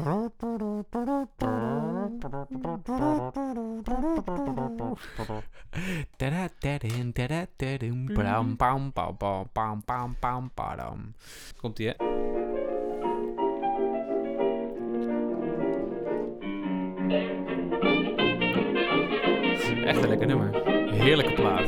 Komt-ie, hè? Echt een lekker nummer. Heerlijke plaat.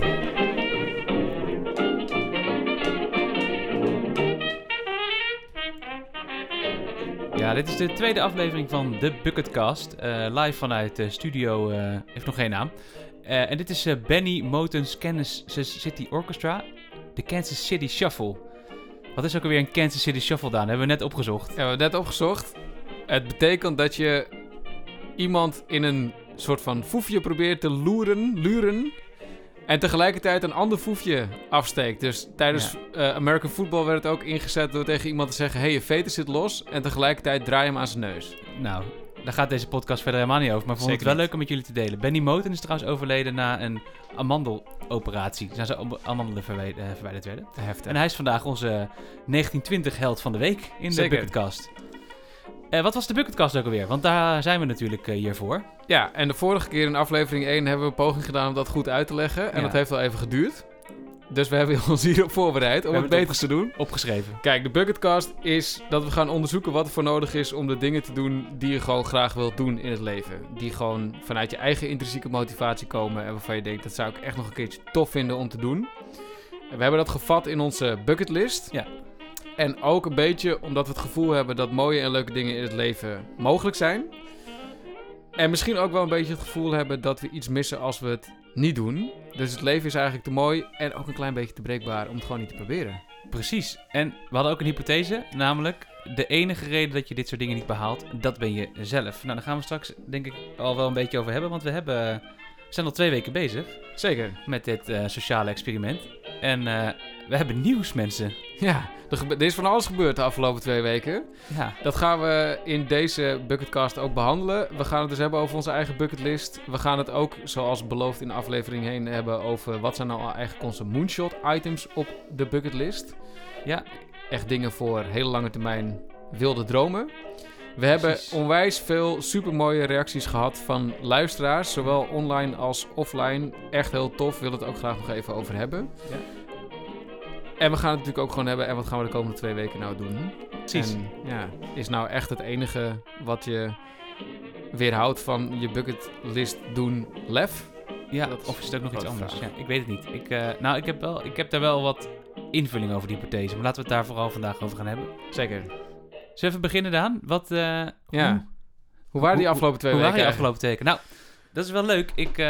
Ja, dit is de tweede aflevering van The Bucketcast. Live vanuit studio, heeft nog geen naam. En dit is Benny Moten's Kansas City Orchestra. De Kansas City Shuffle. Wat is ook alweer een Kansas City Shuffle, Daan? Hebben we net opgezocht. Ja, we hebben net opgezocht. Het betekent dat je iemand in een soort van foefje probeert te luren. En tegelijkertijd een ander foefje afsteekt. Dus tijdens American Football werd het ook ingezet door tegen iemand te zeggen: hey, je vetus zit los. En tegelijkertijd draai hem aan zijn neus. Nou, daar gaat deze podcast verder helemaal niet over. Maar ik vond het wel leuk om met jullie te delen. Benny Moten is trouwens overleden na een amandeloperatie. Na zijn amandelen verwijderd werden. Heftig. En hij is vandaag onze 1920 held van de week in de Bucketcast. Wat was de Bucketcast ook alweer? Want daar zijn we natuurlijk hiervoor. Ja, en de vorige keer in aflevering 1 hebben we een poging gedaan om dat goed uit te leggen. En dat heeft wel even geduurd. Dus we hebben ons hierop voorbereid om het beter te doen. Opgeschreven. Kijk, de Bucketcast is dat we gaan onderzoeken wat er voor nodig is om de dingen te doen die je gewoon graag wilt doen in het leven. Die gewoon vanuit je eigen intrinsieke motivatie komen en waarvan je denkt, dat zou ik echt nog een keertje tof vinden om te doen. En we hebben dat gevat in onze bucketlist. Ja. En ook een beetje omdat we het gevoel hebben dat mooie en leuke dingen in het leven mogelijk zijn. En misschien ook wel een beetje het gevoel hebben dat we iets missen als we het niet doen. Dus het leven is eigenlijk te mooi en ook een klein beetje te breekbaar om het gewoon niet te proberen. Precies. En we hadden ook een hypothese, namelijk de enige reden dat je dit soort dingen niet behaalt, dat ben je zelf. Nou, daar gaan we straks denk ik al wel een beetje over hebben, want we zijn al 2 weken bezig. Zeker. Met dit sociale experiment. En we hebben nieuws, mensen. Ja, er is van alles gebeurd de afgelopen 2 weken. Ja. Dat gaan we in deze Bucketcast ook behandelen. We gaan het dus hebben over onze eigen bucketlist. We gaan het ook, zoals beloofd in de aflevering heen, hebben over wat zijn nou eigenlijk onze moonshot items op de bucketlist. Ja, echt dingen voor hele lange termijn wilde dromen. We hebben onwijs veel supermooie reacties gehad van luisteraars, zowel online als offline. Echt heel tof, wil het ook graag nog even over hebben. Ja. En we gaan het natuurlijk ook gewoon hebben, en wat gaan we de komende 2 weken nou doen? Precies. En ja, is nou echt het enige wat je weerhoudt van je bucketlist doen lef? Ja, of is het ook nog iets anders? Ja, ik weet het niet. Ik heb daar wel wat invulling over die hypothese, maar laten we het daar vooral vandaag over gaan hebben. Zeker. Zullen we even beginnen, Daan? Hoe waren die afgelopen 2 weken? Hoe waren die afgelopen 2 weken? Nou, dat is wel leuk.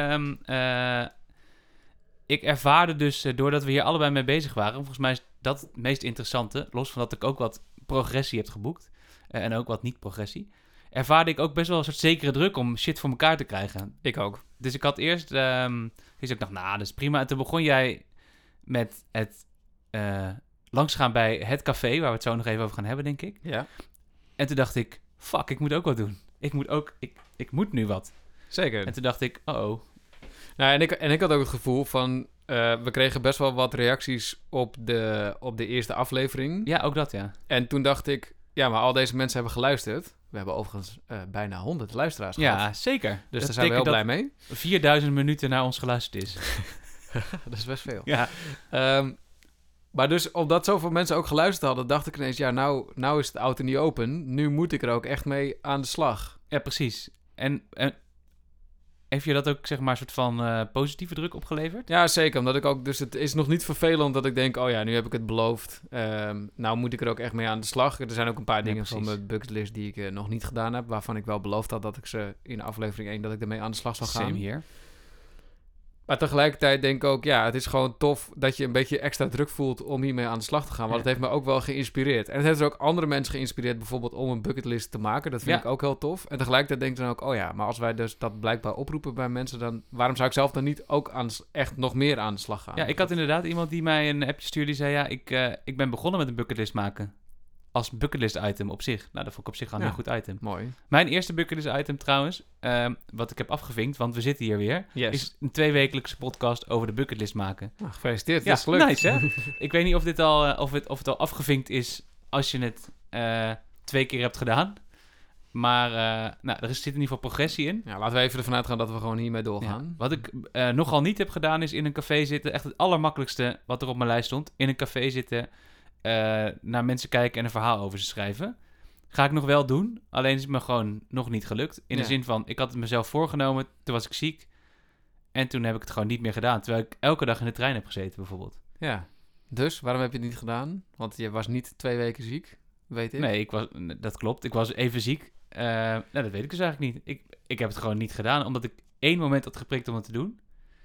Ik ervaarde dus, doordat we hier allebei mee bezig waren, volgens mij is dat het meest interessante, los van dat ik ook wat progressie heb geboekt, en ook wat niet-progressie, ervaarde ik ook best wel een soort zekere druk om shit voor elkaar te krijgen. Ik ook. Dus ik had eerst, ik dacht, nou, dat is prima. En toen begon jij met het langsgaan bij het café, waar we het zo nog even over gaan hebben, denk ik. Ja. En toen dacht ik, fuck, ik moet ook wat doen. Ik moet nu wat. Zeker. En toen dacht ik, oh. Nou, en ik had ook het gevoel van, we kregen best wel wat reacties op de eerste aflevering. Ja, ook dat, ja. En toen dacht ik, ja, maar al deze mensen hebben geluisterd. We hebben overigens bijna 100 luisteraars gehad. Ja, zeker. Dus daar zijn we heel blij mee. 4000 minuten naar ons geluisterd is. Dat is best veel. Ja. Maar dus, omdat zoveel mensen ook geluisterd hadden, dacht ik ineens, ja, nou is het oud en niet open. Nu moet ik er ook echt mee aan de slag. Ja, precies. En heeft je dat ook, zeg maar, een soort van positieve druk opgeleverd? Ja, zeker. Omdat ik ook, dus het is nog niet vervelend dat ik denk, oh ja, nu heb ik het beloofd. Nou moet ik er ook echt mee aan de slag. Er zijn ook een paar dingen van mijn bucketlist die ik nog niet gedaan heb, waarvan ik wel beloofd had dat ik ze in aflevering 1, dat ik ermee aan de slag zou gaan. Same hier. Maar tegelijkertijd denk ik ook, ja, het is gewoon tof dat je een beetje extra druk voelt om hiermee aan de slag te gaan. Want het heeft me ook wel geïnspireerd. En het heeft er ook andere mensen geïnspireerd, bijvoorbeeld om een bucketlist te maken. Dat vind ik ook heel tof. En tegelijkertijd denk ik dan ook, oh ja, maar als wij dus dat blijkbaar oproepen bij mensen, dan waarom zou ik zelf dan niet ook echt nog meer aan de slag gaan? Ja, ik had inderdaad iemand die mij een appje stuurde die zei, ja, ik ben begonnen met een bucketlist maken. Als bucketlist item op zich. Nou, dat vond ik op zich al een heel goed item. Mooi. Mijn eerste bucketlist item trouwens, wat ik heb afgevinkt, want we zitten hier weer, is een 2-wekelijkse podcast over de bucketlist maken. Nou, gefeliciteerd, dat is gelukt. Nice, hè? Ik weet niet of dit al, of het al afgevinkt is als je het 2 keer hebt gedaan. Maar er zit in ieder geval progressie in. Ja, laten we even ervan uitgaan dat we gewoon hiermee doorgaan. Ja. Wat ik nogal niet heb gedaan is in een café zitten. Echt het allermakkelijkste wat er op mijn lijst stond. In een café zitten, naar mensen kijken en een verhaal over ze schrijven. Ga ik nog wel doen. Alleen is het me gewoon nog niet gelukt. In de zin van, ik had het mezelf voorgenomen. Toen was ik ziek. En toen heb ik het gewoon niet meer gedaan. Terwijl ik elke dag in de trein heb gezeten bijvoorbeeld. Ja, dus waarom heb je het niet gedaan? Want je was niet 2 weken ziek, weet ik. Nee, dat klopt. Ik was even ziek. Dat weet ik dus eigenlijk niet. Ik heb het gewoon niet gedaan, omdat ik 1 moment had geprikt om het te doen.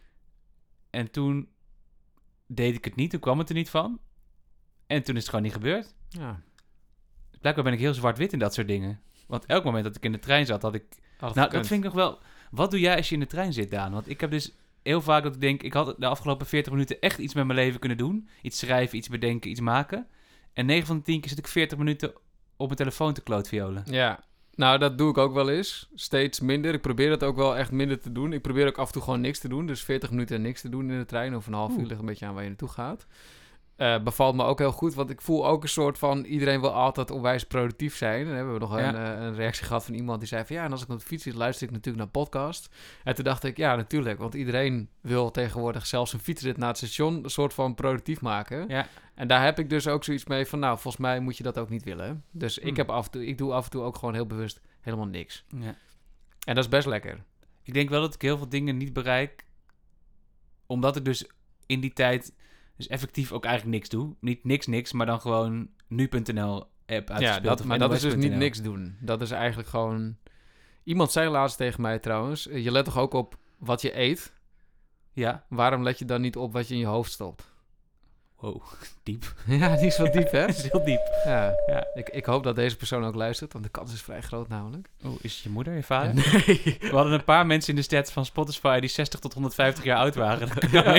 En toen deed ik het niet. Toen kwam het er niet van. En toen is het gewoon niet gebeurd. Ja. Blijkbaar ben ik heel zwart-wit in dat soort dingen. Want elk moment dat ik in de trein zat, had ik... dat vind ik nog wel... Wat doe jij als je in de trein zit, Daan? Want ik heb dus heel vaak dat ik denk... Ik had de afgelopen 40 minuten echt iets met mijn leven kunnen doen. Iets schrijven, iets bedenken, iets maken. En 9 van de 10 keer zit ik 40 minuten op mijn telefoon te klootviolen. Ja, nou dat doe ik ook wel eens. Steeds minder. Ik probeer het ook wel echt minder te doen. Ik probeer ook af en toe gewoon niks te doen. Dus 40 minuten niks te doen in de trein. Of een half uur, ligt een beetje aan waar je naartoe gaat. Bevalt me ook heel goed, want ik voel ook een soort van... Iedereen wil altijd onwijs productief zijn. Dan hebben we nog een reactie gehad van iemand die zei van... Ja, en als ik op de fiets zit, luister ik natuurlijk naar podcast. En toen dacht ik, ja, natuurlijk. Want iedereen wil tegenwoordig zelfs een fietsrit naar het station... een soort van productief maken. Ja. En daar heb ik dus ook zoiets mee van... Nou, volgens mij moet je dat ook niet willen. Dus ik doe af en toe ook gewoon heel bewust helemaal niks. Ja. En dat is best lekker. Ik denk wel dat ik heel veel dingen niet bereik... omdat ik dus in die tijd... Dus effectief ook eigenlijk niks doe. Niet niks, maar dan gewoon nu.nl app uitgespeeld. Ja, maar dat is dus niet niks doen. Dat is eigenlijk gewoon... Iemand zei laatst tegen mij trouwens... Je let toch ook op wat je eet? Ja. Waarom let je dan niet op wat je in je hoofd stopt? Wow, diep. Ja, die is wel diep, hè? Dat is heel diep. Ja. Ik hoop dat deze persoon ook luistert, want de kans is vrij groot namelijk. Is het je moeder, je vader? Nee. We hadden een paar mensen in de stats van Spotify die 60 tot 150 jaar oud waren.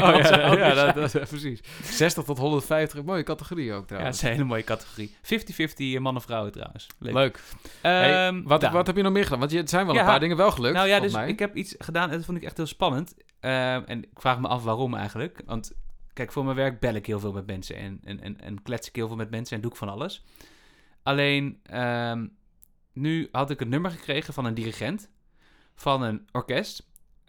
Precies. 60 tot 150, mooie categorie ook trouwens. Ja, dat is een hele mooie categorie. 50-50 man en vrouwen trouwens. Leuk. Wat heb je nog meer gedaan? Want het zijn wel een paar dingen wel gelukt, Nou ja, dus mij. ik heb iets gedaan en dat vond ik echt heel spannend. En ik vraag me af waarom eigenlijk. Want kijk, voor mijn werk bel ik heel veel met mensen en klets ik heel veel met mensen en doe ik van alles. Alleen, nu had ik een nummer gekregen van een dirigent van een orkest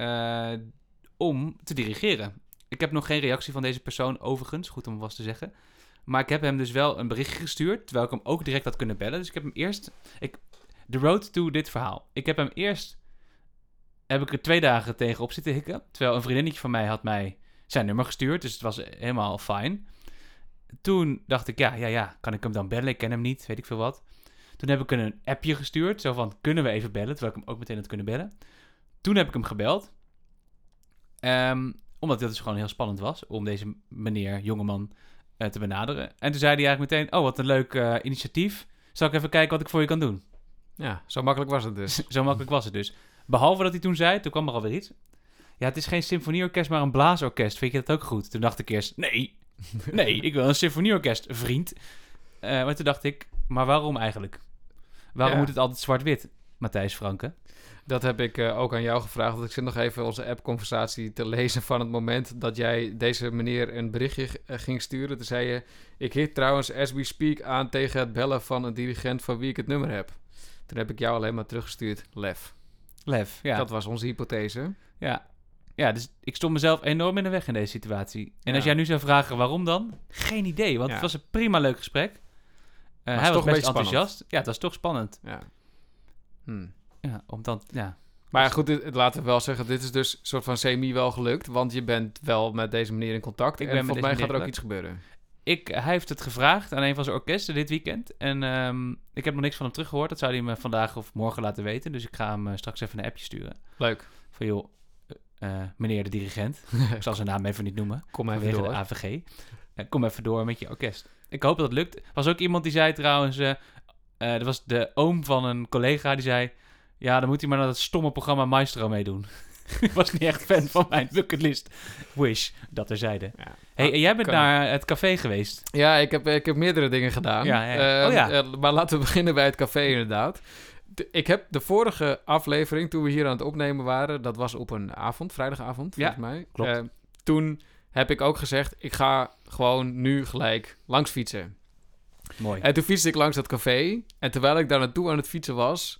om te dirigeren. Ik heb nog geen reactie van deze persoon overigens, goed om vast te zeggen. Maar ik heb hem dus wel een berichtje gestuurd, terwijl ik hem ook direct had kunnen bellen. Dus ik heb hem eerst... The road to dit verhaal. Ik heb hem eerst... Heb ik er 2 dagen tegenop zitten hikken, terwijl een vriendinnetje van mij had mij zijn nummer gestuurd, dus het was helemaal fijn. Toen dacht ik, ja, kan ik hem dan bellen? Ik ken hem niet, weet ik veel wat. Toen heb ik een appje gestuurd, zo van, kunnen we even bellen? Terwijl ik hem ook meteen had kunnen bellen. Toen heb ik hem gebeld. Omdat het dus gewoon heel spannend was om deze meneer, jongeman, te benaderen. En toen zei hij eigenlijk meteen, oh, wat een leuk initiatief. Zal ik even kijken wat ik voor je kan doen? Ja, zo makkelijk was het dus. Zo makkelijk was het dus. Behalve dat hij toen zei, toen kwam er alweer iets. Ja, het is geen symfonieorkest, maar een blaasorkest. Vind je dat ook goed? Toen dacht ik eerst, nee, ik wil een symfonieorkest, vriend. Maar toen dacht ik, maar waarom eigenlijk? Waarom moet het altijd zwart-wit, Matthijs Franke? Dat heb ik ook aan jou gevraagd. Want ik zit nog even onze app-conversatie te lezen van het moment dat jij deze meneer een berichtje ging sturen. Toen zei je, ik hit trouwens as we speak aan tegen het bellen van een dirigent van wie ik het nummer heb. Toen heb ik jou alleen maar teruggestuurd, Lef, ja. Dat was onze hypothese. Ja, dus ik stond mezelf enorm in de weg in deze situatie. En als jij nu zou vragen waarom dan? Geen idee, want het was een prima leuk gesprek. Hij was best enthousiast. Spannend. Ja, het was toch spannend. Ja. Ja, omdat, ja. Maar goed, laten we wel zeggen, dit is dus een soort van semi wel gelukt, want je bent wel met deze meneer in contact. En volgens mij gaat er ook iets gebeuren. Hij heeft het gevraagd aan een van zijn orkesten dit weekend. En ik heb nog niks van hem teruggehoord. Dat zou hij me vandaag of morgen laten weten. Dus ik ga hem straks even een appje sturen. Leuk. Van joh, meneer de dirigent. Ik zal zijn naam even niet noemen. Kom even door. De AVG. Kom even door met je orkest. Ik hoop dat het lukt. Er was ook iemand die zei trouwens... er was de oom van een collega die zei... Ja, dan moet hij maar naar dat stomme programma Maestro meedoen. Ik was niet echt fan van mijn bucketlist wish, dat terzijde. Ja. Hey, en jij bent naar het café geweest. Ja, ik heb meerdere dingen gedaan. Maar laten we beginnen bij het café inderdaad. Ik heb de vorige aflevering, toen we hier aan het opnemen waren... Dat was op een avond, vrijdagavond volgens mij. Klopt. Toen heb ik ook gezegd, ik ga gewoon nu gelijk langs fietsen. Mooi. En toen fietste ik langs dat café. En terwijl ik daar naartoe aan het fietsen was...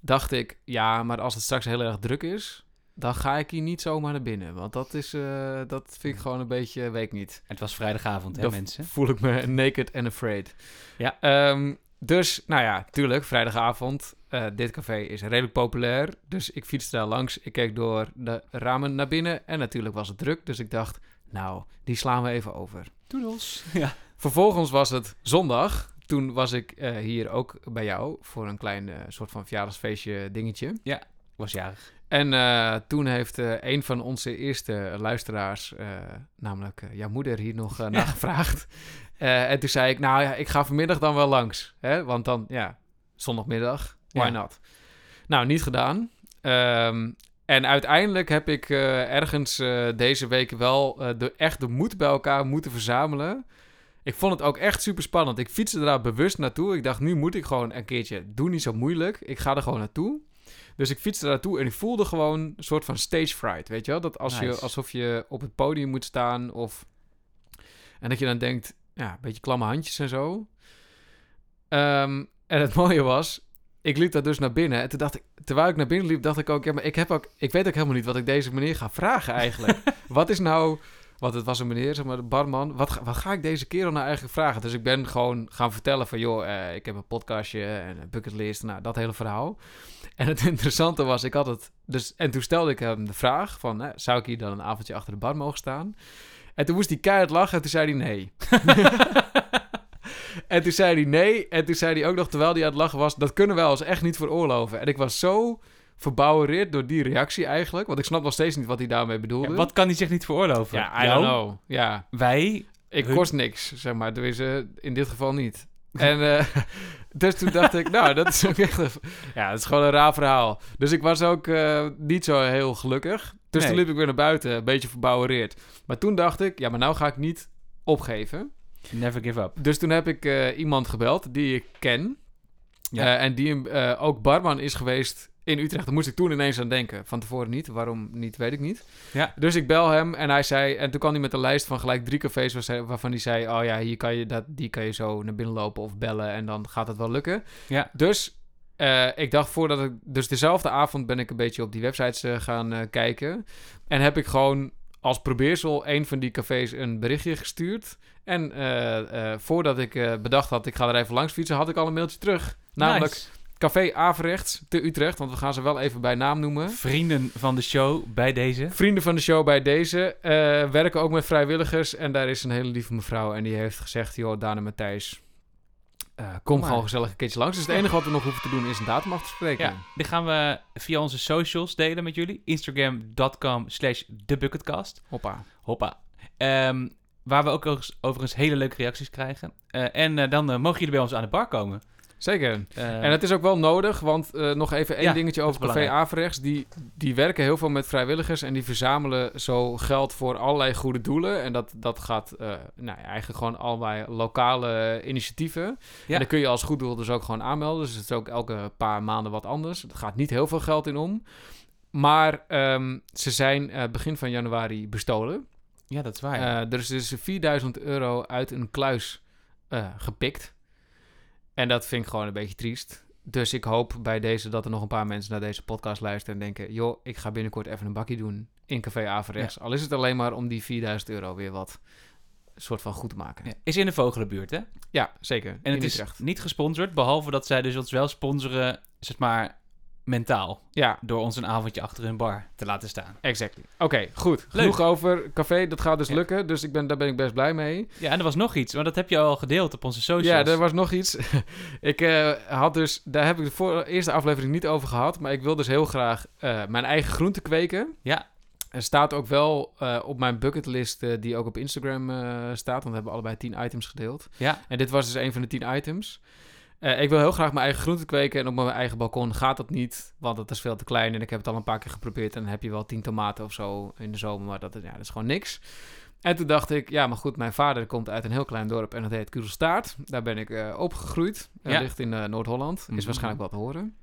dacht ik, ja, maar als het straks heel erg druk is, dan ga ik hier niet zomaar naar binnen. Want dat vind ik gewoon een beetje, weet ik niet. Het was vrijdagavond, hè, Dan mensen? voel ik me naked and afraid. Ja. Dus, nou ja, tuurlijk, vrijdagavond. Dit café is redelijk populair. Dus ik fietste daar langs. Ik keek door de ramen naar binnen. En natuurlijk was het druk. Dus ik dacht, nou, die slaan we even over. Toedels. Ja. Vervolgens was het zondag. Toen was ik hier ook bij jou voor een klein soort van verjaardagsfeestje dingetje. Was jarig. En toen heeft een van onze eerste luisteraars, namelijk jouw moeder, hier nog naar gevraagd. En toen zei ik, nou ja, ik ga vanmiddag dan wel langs. Hè? Want dan, ja, zondagmiddag, why not? Nou, niet gedaan. En uiteindelijk heb ik ergens deze week wel echt de moed bij elkaar moeten verzamelen. Ik vond het ook echt super spannend. Ik fietste daar bewust naartoe. Ik dacht, nu moet ik gewoon een keertje, doe niet zo moeilijk. Ik ga er gewoon naartoe. Dus ik fietste naartoe en ik voelde gewoon een soort van stage fright, weet je wel? Dat alsof je op het podium moet staan en dat je dan denkt, ja, een beetje klamme handjes en zo. En het mooie was, ik liep daar dus naar binnen. En toen dacht ik, terwijl ik naar binnen liep, dacht ik ook, ja, maar ik weet ook helemaal niet wat ik deze meneer ga vragen eigenlijk. Wat is nou, want het was een meneer, zeg maar, de barman. Wat ga ik deze kerel nou eigenlijk vragen? Dus ik ben gewoon gaan vertellen van, joh, ik heb een podcastje en een bucketlist. Nou, dat hele verhaal. En het interessante was, ik had het dus, en toen stelde ik hem de vraag van, zou ik hier dan een avondje achter de bar mogen staan? En toen moest hij keihard lachen en toen zei hij nee. En toen zei hij nee. En toen zei hij ook nog, terwijl hij aan het lachen was, dat kunnen wij ons echt niet veroorloven. En ik was zo verbouwereerd door die reactie eigenlijk. Want ik snap nog steeds niet wat hij daarmee bedoelde. Ja, wat kan hij zich niet veroorloven? Ja, I don't know. Ja. Wij? Ik kost niks, zeg maar. Dus in dit geval niet. En dus toen dacht ik, nou, dat is ook echt... Ja, dat is gewoon een raar verhaal. Dus ik was ook niet zo heel gelukkig. Dus toen liep ik weer naar buiten, een beetje verbouwereerd. Maar toen dacht ik, ja, maar nou ga ik niet opgeven. Never give up. Dus toen heb ik iemand gebeld die ik ken. Ja. En die ook barman is geweest in Utrecht. Daar moest ik toen ineens aan denken. Van tevoren niet. Waarom niet, weet ik niet. Ja. Dus ik bel hem en hij zei... En toen kwam hij met een lijst van gelijk 3 cafés... waarvan hij zei... Oh ja, die kan je zo naar binnen lopen of bellen... en dan gaat het wel lukken. Ja. Dus ik dacht voordat ik... Dus dezelfde avond ben ik een beetje op die websites gaan kijken. En heb ik gewoon als probeersel... een van die cafés een berichtje gestuurd. En voordat ik bedacht had... ik ga er even langs fietsen... had ik al een mailtje terug. Namelijk... Nice. Café Averechts te Utrecht, want we gaan ze wel even bij naam noemen. Vrienden van de show bij deze. Vrienden van de show bij deze. Werken ook met vrijwilligers. En daar is een hele lieve mevrouw. En die heeft gezegd, joh, Daan en Matthijs, kom gewoon gezellig een keertje langs. Dus het enige wat we nog hoeven te doen is een datum af te spreken. Ja, die gaan we via onze socials delen met jullie. Instagram.com/thebucketcast. Hoppa. Waar we ook overigens hele leuke reacties krijgen. En dan mogen jullie bij ons aan de bar komen. Zeker. En het is ook wel nodig, want nog even één dingetje over Café Averechts. Die werken heel veel met vrijwilligers en die verzamelen zo geld voor allerlei goede doelen. En dat gaat eigenlijk gewoon allerlei lokale initiatieven. Ja. En daar kun je als goed doel dus ook gewoon aanmelden. Dus het is ook elke paar maanden wat anders. Er gaat niet heel veel geld in om. Maar ze zijn begin van januari bestolen. Ja, dat is waar. Er is dus €4.000 uit een kluis gepikt. En dat vind ik gewoon een beetje triest. Dus ik hoop bij deze dat er nog een paar mensen naar deze podcast luisteren en denken... joh, ik ga binnenkort even een bakkie doen in Café Averechts. Ja. Al is het alleen maar om die €4.000 weer wat soort van goed te maken. Ja, is in de Vogelenbuurt, hè? Ja, zeker. En het is niet gesponsord, behalve dat zij dus ons wel sponsoren, zeg maar, mentaal. Ja. Door ons een avondje achter hun bar te laten staan. Exactly. Oké, goed. Genoeg over café. Dat gaat dus lukken. Dus daar ben ik best blij mee. Ja, en er was nog iets. Maar dat heb je al gedeeld op onze socials. Ja, er was nog iets. Had dus... Daar heb ik de eerste aflevering niet over gehad. Maar ik wil dus heel graag mijn eigen groente kweken. Ja. Er staat ook wel op mijn bucketlist die ook op Instagram staat. Want we hebben allebei 10 items gedeeld. Ja. En dit was dus een van de 10 items. Ik wil heel graag mijn eigen groenten kweken en op mijn eigen balkon gaat dat niet, want het is veel te klein en ik heb het al een paar keer geprobeerd en dan heb je wel 10 tomaten of zo in de zomer, maar dat is gewoon niks. En toen dacht ik, ja, maar goed, mijn vader komt uit een heel klein dorp en dat heet Kudelstaart. Daar ben ik opgegroeid, ligt in Noord-Holland, is waarschijnlijk wel te horen.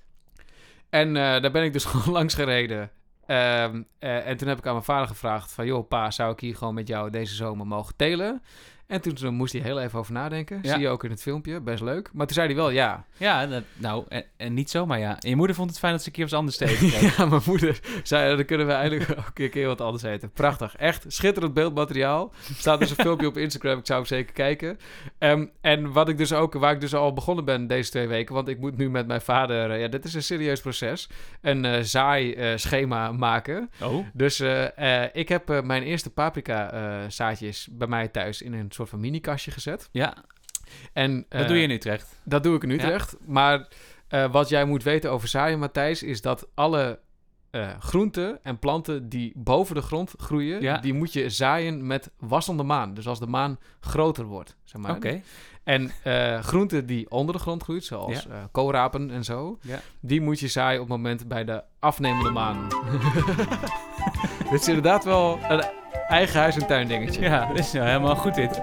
En daar ben ik dus gewoon langs gereden. En toen heb ik aan mijn vader gevraagd van, joh pa, zou ik hier gewoon met jou deze zomer mogen telen? En toen moest hij heel even over nadenken. Ja. Zie je ook in het filmpje, best leuk. Maar toen zei hij wel ja. Ja, en niet zomaar ja. En je moeder vond het fijn dat ze een keer wat anders te eten kreeg. Ja, mijn moeder zei, dan kunnen we eindelijk ook een keer wat anders eten. Prachtig. Echt schitterend beeldmateriaal. Staat dus een filmpje op Instagram. Ik zou hem zeker kijken. En waar ik dus al begonnen ben deze 2 weken. Want ik moet nu met mijn vader... dit is een serieus proces. Een zaaischema maken. Oh. Dus ik heb mijn eerste paprika zaadjes bij mij thuis in een soort van mini-kastje gezet. Ja, En, dat doe je in Utrecht. Dat doe ik in Utrecht. Ja. Maar wat jij moet weten over zaaien, Matthijs, is dat alle groenten en planten die boven de grond groeien, die moet je zaaien met wassende maan. Dus als de maan groter wordt, zeg maar. Oké. En groenten die onder de grond groeien, zoals koolrapen en zo, die moet je zaaien op het moment bij de afnemende maan. Dit is inderdaad wel een eigen huis- en tuin dingetje. Ja, dat is nou helemaal goed dit.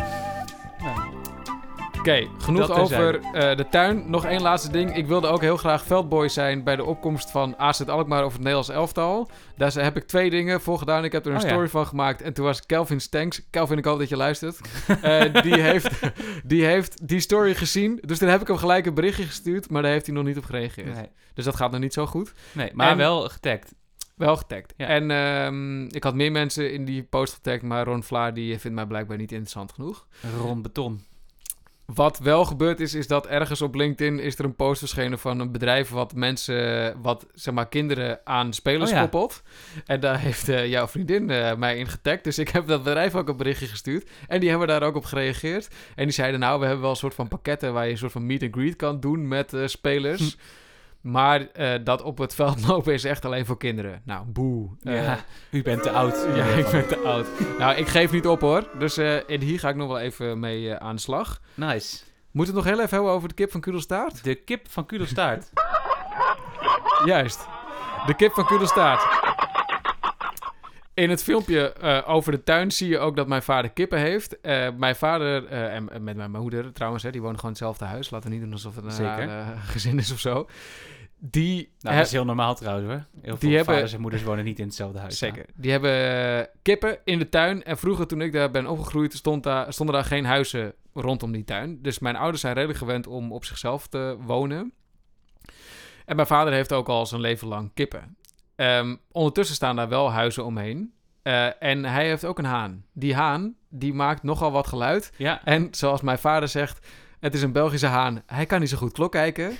Oké, genoeg over de tuin. Nog 1 laatste ding. Ik wilde ook heel graag veldboy zijn bij de opkomst van AZ Alkmaar over het Nederlands elftal. Daar heb ik 2 dingen voor gedaan. Ik heb er een story van gemaakt. En toen was Kelvin Stanks. Kelvin, ik hoop dat je luistert. Die heeft die story gezien. Dus toen heb ik hem gelijk een berichtje gestuurd. Maar daar heeft hij nog niet op gereageerd. Nee. Dus dat gaat nog niet zo goed. Nee, maar wel getagd. Wel getagd. Ja. En ik had meer mensen in die post getagd. Maar Ron Vlaar die vindt mij blijkbaar niet interessant genoeg. Ron Beton. Wat wel gebeurd is dat ergens op LinkedIn is er een post verschenen van een bedrijf wat kinderen aan spelers koppelt. En daar heeft jouw vriendin mij in getagd. Dus ik heb dat bedrijf ook een berichtje gestuurd. En die hebben daar ook op gereageerd. En die zeiden, we hebben wel een soort van pakketten waar je een soort van meet and greet kan doen met spelers. Maar dat op het veld lopen is echt alleen voor kinderen. Nou, boe. U bent te oud. Ja, ik ben te oud. Nou, ik geef niet op hoor. Dus hier ga ik nog wel even mee aan de slag. Nice. Moeten we het nog heel even hebben over de kip van Kudelstaart? De kip van Kudelstaart. Juist. De kip van Kudelstaart. In het filmpje over de tuin zie je ook dat mijn vader kippen heeft. Mijn vader en met mijn moeder trouwens, die wonen gewoon in hetzelfde huis. Laten we niet doen alsof het een gezin is of zo. Dat is heel normaal trouwens hoor. Heel veel vaders en moeders wonen niet in hetzelfde huis. Zeker. Die hebben kippen in de tuin. En vroeger toen ik daar ben opgegroeid stonden daar geen huizen rondom die tuin. Dus mijn ouders zijn redelijk gewend om op zichzelf te wonen. En mijn vader heeft ook al zijn leven lang kippen. Ondertussen staan daar wel huizen omheen. En hij heeft ook een haan. Die haan, die maakt nogal wat geluid. Ja. En zoals mijn vader zegt, het is een Belgische haan. Hij kan niet zo goed klok kijken.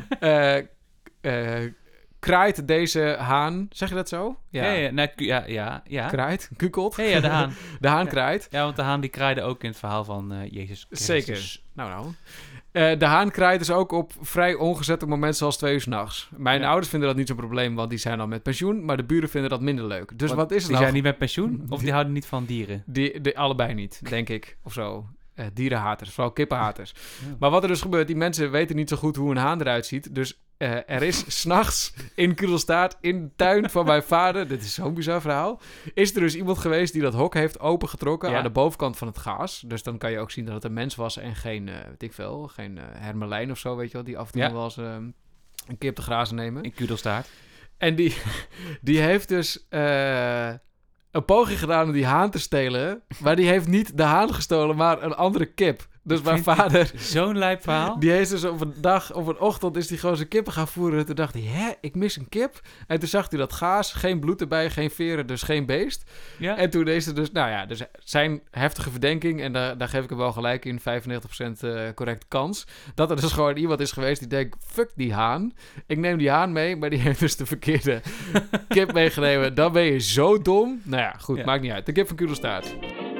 Kraait deze haan, zeg je dat zo? Ja. Kraait, kukelt. Ja, de haan. De haan kraait. Ja, want de haan die kraaide ook in het verhaal van Jezus Christus. Zeker. Nou. De haan kraait dus ook op vrij ongezette momenten zoals 2 uur 's nachts. Mijn ouders vinden dat niet zo'n probleem, want die zijn al met pensioen. Maar de buren vinden dat minder leuk. Dus wat is het die zijn niet met pensioen? Of die houden niet van dieren? Die allebei niet, denk ik. Of zo. Dierenhaters, vooral kippenhaters. Ja. Maar wat er dus gebeurt, die mensen weten niet zo goed hoe een haan eruit ziet. Dus er is 's nachts in Kudelstaart, in de tuin van mijn vader, dit is zo'n bizar verhaal, is er dus iemand geweest die dat hok heeft opengetrokken aan de bovenkant van het gaas. Dus dan kan je ook zien dat het een mens was en geen, geen hermelijn of zo, weet je wel, die af en toe wel eens een keer op de grazen nemen. In Kudelstaart. En die heeft dus een poging gedaan om die haan te stelen, maar die heeft niet de haan gestolen, maar een andere kip. Dus mijn vader... Zo'n lijp verhaal. Die heeft dus op een ochtend is die gewoon zijn kippen gaan voeren. En toen dacht hij, ik mis een kip. En toen zag hij dat gaas, geen bloed erbij, geen veren, dus geen beest. Ja. En toen is er dus, dus zijn heftige verdenking, en daar geef ik hem wel gelijk in, 95% correcte kans, dat er dus gewoon iemand is geweest die denkt, fuck die haan. Ik neem die haan mee, maar die heeft dus de verkeerde kip meegenomen. Dan ben je zo dom. Nou ja, goed, maakt niet uit. De kip van Kudelstaart.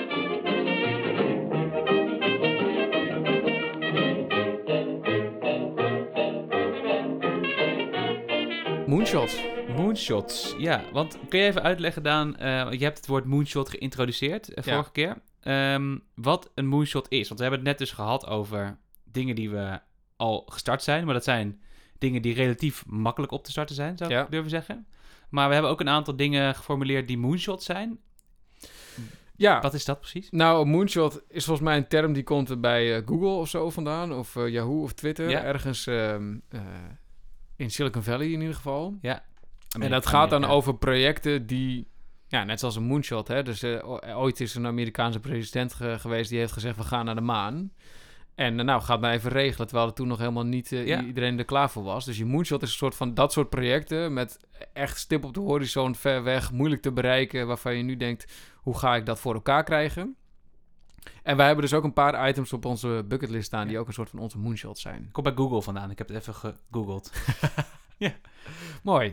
Moonshots, ja. Want kun je even uitleggen, Daan, je hebt het woord moonshot geïntroduceerd vorige keer. Wat een moonshot is. Want we hebben het net dus gehad over dingen die we al gestart zijn. Maar dat zijn dingen die relatief makkelijk op te starten zijn, zou ik durven zeggen. Maar we hebben ook een aantal dingen geformuleerd die moonshots zijn. Ja. Wat is dat precies? Nou, een moonshot is volgens mij een term die komt bij Google of zo vandaan. Of Yahoo of Twitter. Ja. Ergens... in Silicon Valley in ieder geval. Ja. En dat gaat dan over projecten die Ja, net zoals een moonshot, hè. Dus ooit is een Amerikaanse president geweest die heeft gezegd, we gaan naar de maan. En nou, gaat maar even regelen, terwijl er toen nog helemaal niet iedereen er klaar voor was. Dus je moonshot is een soort van dat soort projecten met echt stip op de horizon, ver weg, moeilijk te bereiken, waarvan je nu denkt, hoe ga ik dat voor elkaar krijgen? En wij hebben dus ook een paar items op onze bucketlist staan die ook een soort van onze moonshots zijn. Komt bij Google vandaan, ik heb het even gegoogeld. Ja. Mooi.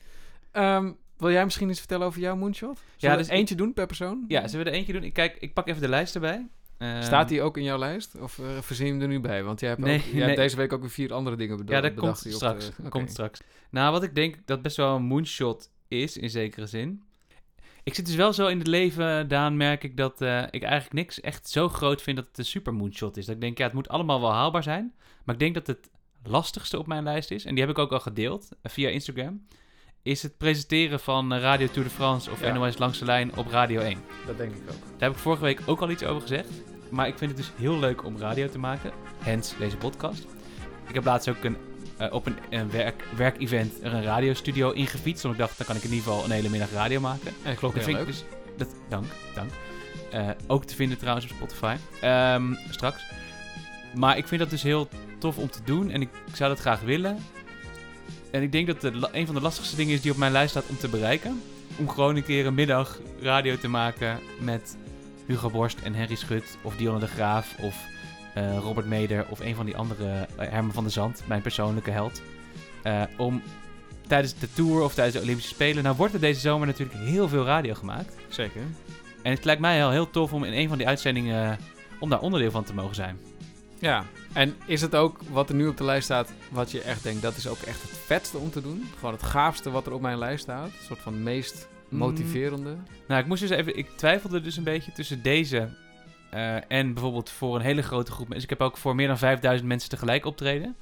Wil jij misschien iets vertellen over jouw moonshot? Zullen we dus eentje doen per persoon? Ja, zullen we er eentje doen? Ik pak even de lijst erbij. Staat die ook in jouw lijst? Of verzin je hem er nu bij? Want jij hebt deze week ook weer 4 andere dingen bedacht. Ja, dat komt straks. Komt straks. Nou, wat ik denk dat best wel een moonshot is, in zekere zin. Ik zit dus wel zo in het leven, Daan, merk ik dat ik eigenlijk niks echt zo groot vind dat het een super moonshot is. Dat ik denk, het moet allemaal wel haalbaar zijn. Maar ik denk dat het lastigste op mijn lijst is, en die heb ik ook al gedeeld via Instagram, is het presenteren van Radio Tour de France of NOS Langs de Lijn op Radio 1. Dat denk ik ook. Daar heb ik vorige week ook al iets over gezegd. Maar ik vind het dus heel leuk om radio te maken. Hence deze podcast. Ik heb laatst ook op een werkevent een radiostudio ingefietst. Want ik dacht, dan kan ik in ieder geval een hele middag radio maken. En klopt, heel leuk. Dus, dank. Ook te vinden trouwens op Spotify. Straks. Maar ik vind dat dus heel tof om te doen. En ik zou dat graag willen. En ik denk dat een van de lastigste dingen is die op mijn lijst staat om te bereiken. Om gewoon een keer een middag radio te maken met Hugo Borst en Henry Schut. Of Dionne de Graaf. Of Robert Meder. Of een van die andere. Herman van der Zand. Mijn persoonlijke held. Om tijdens de Tour of tijdens de Olympische Spelen. Nou wordt er deze zomer natuurlijk heel veel radio gemaakt. Zeker. En het lijkt mij heel tof om in een van die uitzendingen om daar onderdeel van te mogen zijn. Ja, en is het ook wat er nu op de lijst staat, wat je echt denkt, dat is ook echt het vetste om te doen? Gewoon het gaafste wat er op mijn lijst staat? Een soort van meest motiverende? Nou, ik twijfelde dus een beetje tussen deze en bijvoorbeeld voor een hele grote groep mensen. Ik heb ook voor meer dan 5000 mensen tegelijk optreden.